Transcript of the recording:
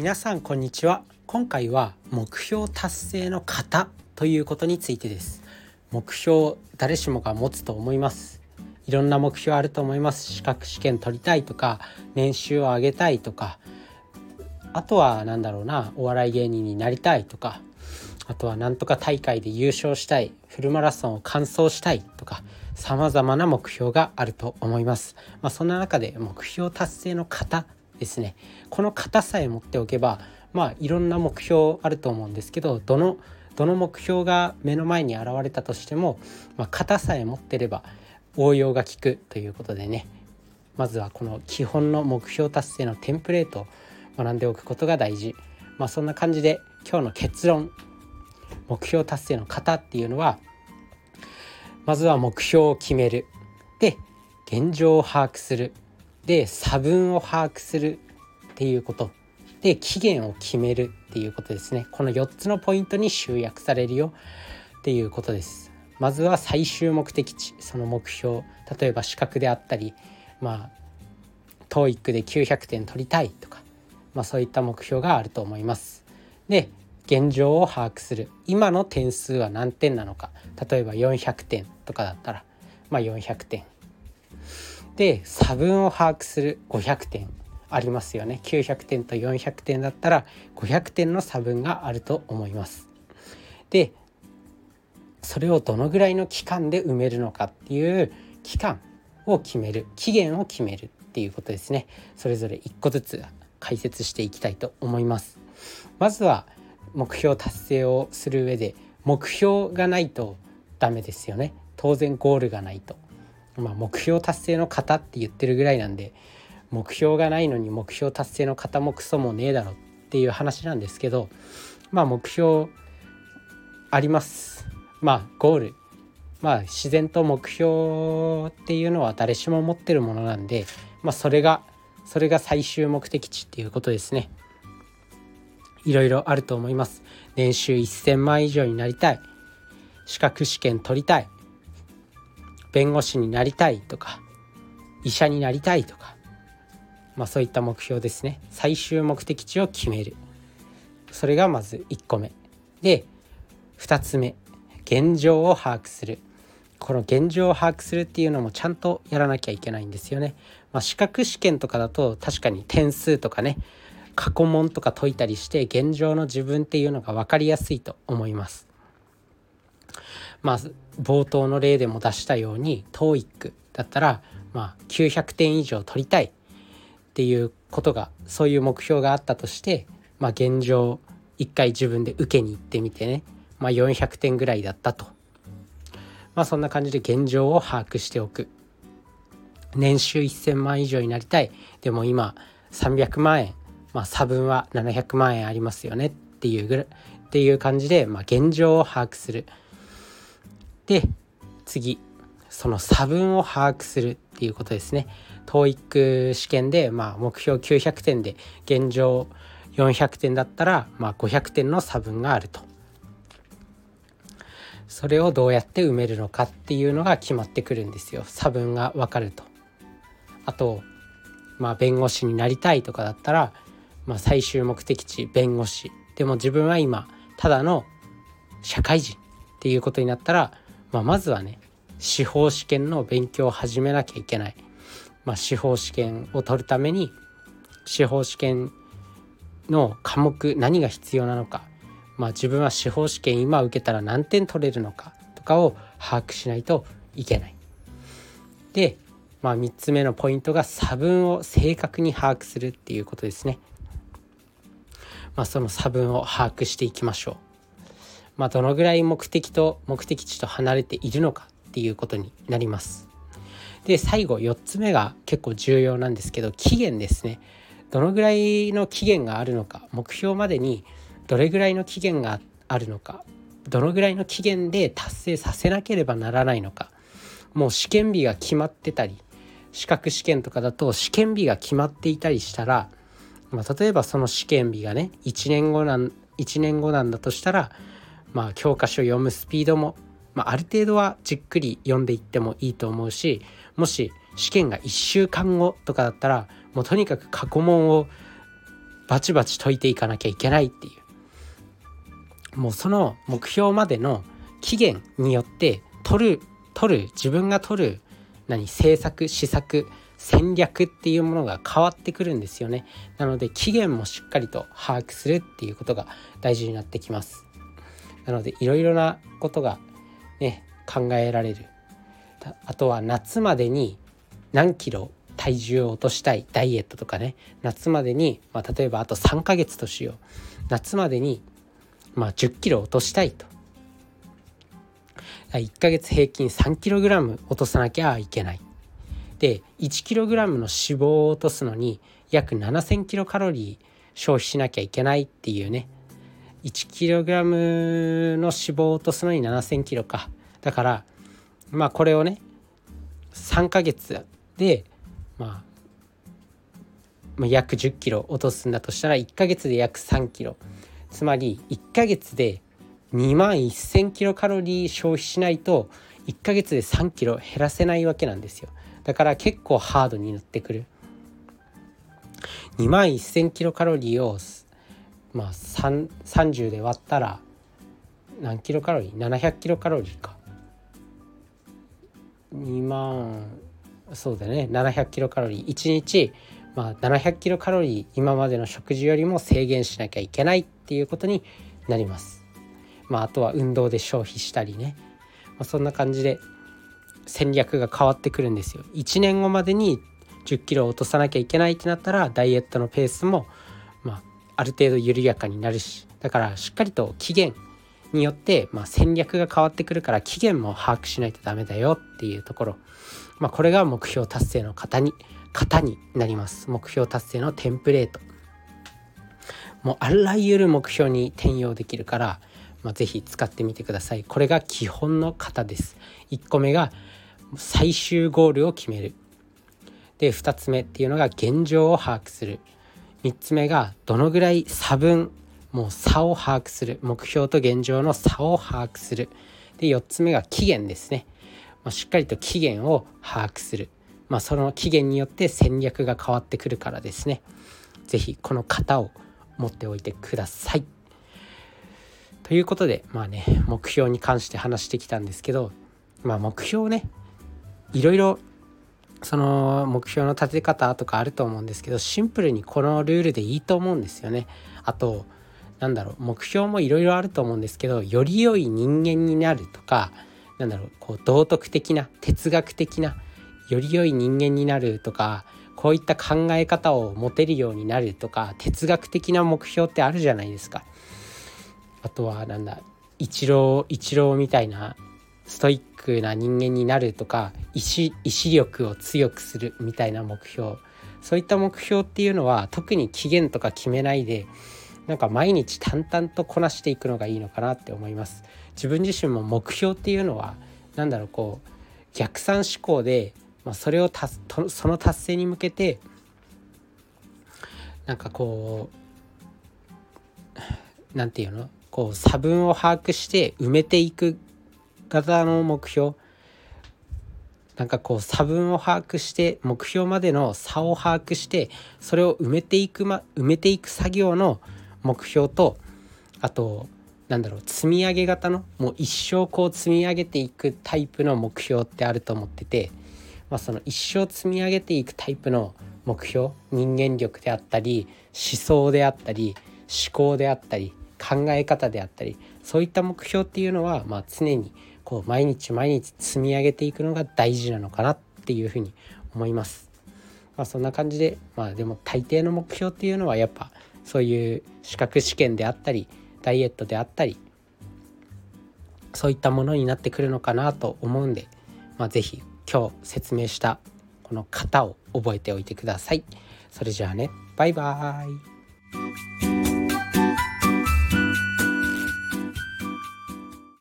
皆さんこんにちは。今回は目標達成の型ということについてです。目標、誰しもが持つと思います。いろんな目標あると思います。資格試験取りたいとか、年収を上げたいとか、あとはお笑い芸人になりたいとか、あとはなんとか大会で優勝したい、フルマラソンを完走したいとか、様々な目標があると思います。そんな中で目標達成の型ですね。この型さえ持っておけば、いろんな目標あると思うんですけど、どの目標が目の前に現れたとしても、型さえ持ってれば応用が効くということでね、まずはこの基本の目標達成のテンプレートを学んでおくことが大事。そんな感じで今日の結論、目標達成の型っていうのは、まずは目標を決める、で現状を把握する、で差分を把握するっていうことで、期限を決めるっていうことですね。この4つのポイントに集約されるよっていうことです。まずは最終目的地、その目標、例えば資格であったり、TOEIC で900点取りたいとか、そういった目標があると思います。で現状を把握する、今の点数は何点なのか。例えば400点とかだったら、400点で、差分を把握する、500点ありますよね。900点と400点だったら500点の差分があると思います。でそれをどのぐらいの期間で埋めるのかっていう期間を決める、期限を決めるっていうことですね。それぞれ1個ずつ解説していきたいと思います。まずは目標達成をする上で、目標がないとダメですよね。当然ゴールがないと、目標達成の型って言ってるぐらいなんで、目標がないのに目標達成の型もクソもねえだろっていう話なんですけど、目標あります。ゴール、自然と目標っていうのは誰しも持ってるものなんで、それが最終目的地っていうことですね。いろいろあると思います。年収1000万以上になりたい、資格試験取りたい、弁護士になりたいとか、医者になりたいとか、そういった目標ですね。最終目的地を決める、それがまず1個目で、2つ目、現状を把握する。この現状を把握するっていうのもちゃんとやらなきゃいけないんですよね。資格試験とかだと確かに点数とかね、過去問とか解いたりして現状の自分っていうのが分かりやすいと思います。冒頭の例でも出したように TOEIC だったら900点以上取りたいっていうことが、そういう目標があったとして、現状一回自分で受けに行ってみてね、400点ぐらいだったと、そんな感じで現状を把握しておく。年収1000万以上になりたい、でも今300万円、差分は700万円ありますよねっていう感じで、現状を把握する。で次、その差分を把握するっていうことですね。 TOEIC 試験で、目標900点で現状400点だったら、500点の差分があると。それをどうやって埋めるのかっていうのが決まってくるんですよ。差分が分かると。あと、弁護士になりたいとかだったら、最終目的地弁護士でも自分は今ただの社会人っていうことになったら、まずはね、司法試験の勉強を始めなきゃいけない。司法試験を取るために司法試験の科目、何が必要なのか、自分は司法試験今受けたら何点取れるのかとかを把握しないといけない。で、3つ目のポイントが差分を正確に把握するっていうことですね。その差分を把握していきましょう。どのぐらい目的地と離れているのかっていうことになります。で最後4つ目が結構重要なんですけど、期限ですね。どのぐらいの期限があるのか、目標までにどれぐらいの期限があるのか、どのぐらいの期限で達成させなければならないのか。もう試験日が決まってたり、資格試験とかだと試験日が決まっていたりしたら、例えばその試験日がね1年後なんだとしたら、教科書読むスピードも、ある程度はじっくり読んでいってもいいと思うし、もし試験が1週間後とかだったら、もうとにかく過去問をバチバチ解いていかなきゃいけないっていう、もうその目標までの期限によって自分が取る政策施策戦略っていうものが変わってくるんですよね。なので期限もしっかりと把握するっていうことが大事になってきます。なのでいろいろなことがね考えられる。あとは夏までに何キロ体重を落としたいダイエットとかね、夏までに、例えばあと3ヶ月としよう、夏までに10キロ落としたいと、1ヶ月平均3キログラム落とさなきゃいけない。で1キログラムの脂肪を落とすのに約7000キロカロリー消費しなきゃいけないっていうね、1キログラムの脂肪を落とすのに7000キロか。だからこれをね3ヶ月で約10キロ落とすんだとしたら1ヶ月で約3キロ、つまり1ヶ月で2万1000キロカロリー消費しないと1ヶ月で3キロ減らせないわけなんですよ。だから結構ハードになってくる。2万1000キロカロリーを30で割ったら何キロカロリー？700キロカロリーか。そうだね、700キロカロリー1日、700キロカロリー今までの食事よりも制限しなきゃいけないっていうことになります。あとは運動で消費したりね、そんな感じで戦略が変わってくるんですよ。1年後までに10キロ落とさなきゃいけないってなったらダイエットのペースもある程度緩やかになるし、だからしっかりと期限によって戦略が変わってくるから期限も把握しないとダメだよっていうところ、これが目標達成の型になります。目標達成のテンプレート、もうあらゆる目標に転用できるから、ぜひ使ってみてください。これが基本の型です。1個目が最終ゴールを決める。で2つ目っていうのが現状を把握する。3つ目がどのぐらい差分、もう差を把握する。目標と現状の差を把握する。で4つ目が期限ですね。しっかりと期限を把握する。その期限によって戦略が変わってくるからですね。ぜひこの型を持っておいてください。ということで目標に関して話してきたんですけど、目標ね、いろいろその目標の立て方とかあると思うんですけど、シンプルにこのルールでいいと思うんですよね。あと目標もいろいろあると思うんですけど、より良い人間になるとか、道徳的な哲学的なより良い人間になるとか、こういった考え方を持てるようになるとか、哲学的な目標ってあるじゃないですか。あとはイチローみたいなストイックな人間になるとか、意志力を強くするみたいな目標、そういった目標っていうのは特に期限とか決めないで毎日淡々とこなしていくのがいいのかなって思います。自分自身も目標っていうのは逆算思考で、それをその達成に向けて差分を把握して埋めていく型の目標、差分を把握して目標までの差を把握してそれを埋めていく作業の目標と、あと積み上げ型のもう一生積み上げていくタイプの目標ってあると思ってて、その一生積み上げていくタイプの目標、人間力であったり思想であったり思考であったり考え方であったり、そういった目標っていうのは常に毎日積み上げていくのが大事なのかなっていうふうに思います。そんな感じででも大抵の目標っていうのはやっぱそういう資格試験であったりダイエットであったり、そういったものになってくるのかなと思うんで、ぜひ今日説明したこの型を覚えておいてください。それじゃあね、バイバーイ。